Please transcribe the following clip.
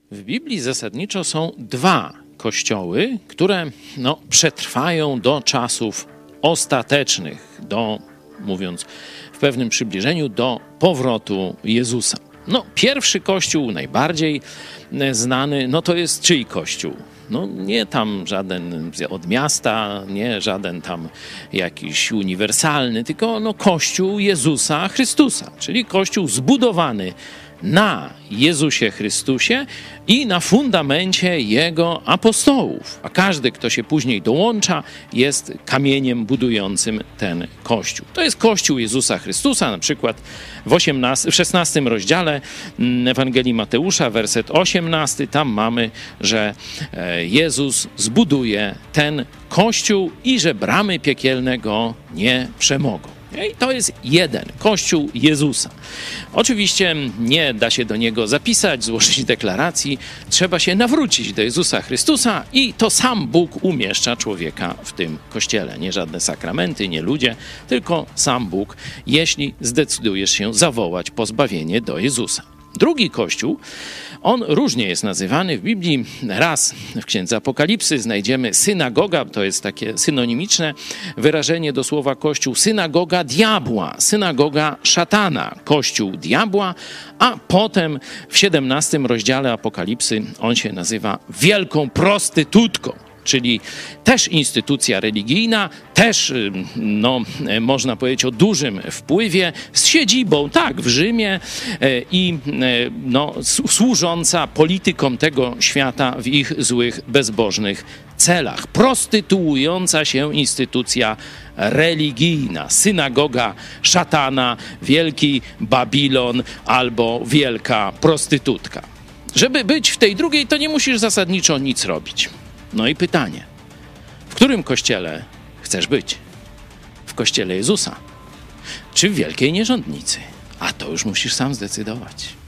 W Biblii zasadniczo są dwa kościoły, które przetrwają do czasów ostatecznych, mówiąc w pewnym przybliżeniu, do powrotu Jezusa. Pierwszy kościół, najbardziej znany, to jest czyj kościół? Nie tam żaden od miasta, nie żaden tam jakiś uniwersalny, tylko kościół Jezusa Chrystusa, czyli kościół zbudowany na Jezusie Chrystusie i na fundamencie Jego apostołów. A każdy, kto się później dołącza, jest kamieniem budującym ten Kościół. To jest Kościół Jezusa Chrystusa, na przykład w 16 rozdziale Ewangelii Mateusza, werset 18, tam mamy, że Jezus zbuduje ten Kościół i że bramy piekielne go nie przemogą. I to jest jeden, Kościół Jezusa. Oczywiście nie da się do niego zapisać, złożyć deklaracji. Trzeba się nawrócić do Jezusa Chrystusa i to sam Bóg umieszcza człowieka w tym Kościele. Nie żadne sakramenty, nie ludzie, tylko sam Bóg, jeśli zdecydujesz się zawołać pozbawienie do Jezusa. Drugi Kościół, on różnie jest nazywany w Biblii. Raz w Księdze Apokalipsy znajdziemy synagoga, to jest takie synonimiczne wyrażenie do słowa Kościół, synagoga diabła, synagoga szatana, Kościół diabła, a potem w 17 rozdziale Apokalipsy on się nazywa wielką prostytutką. Czyli też instytucja religijna, też, można powiedzieć, o dużym wpływie, z siedzibą, tak, w Rzymie i służąca politykom tego świata w ich złych, bezbożnych celach. Prostytuująca się instytucja religijna, synagoga szatana, wielki Babilon albo wielka prostytutka. Żeby być w tej drugiej, to nie musisz zasadniczo nic robić. I pytanie, w którym kościele chcesz być? W kościele Jezusa czy w wielkiej nierządnicy? A to już musisz sam zdecydować.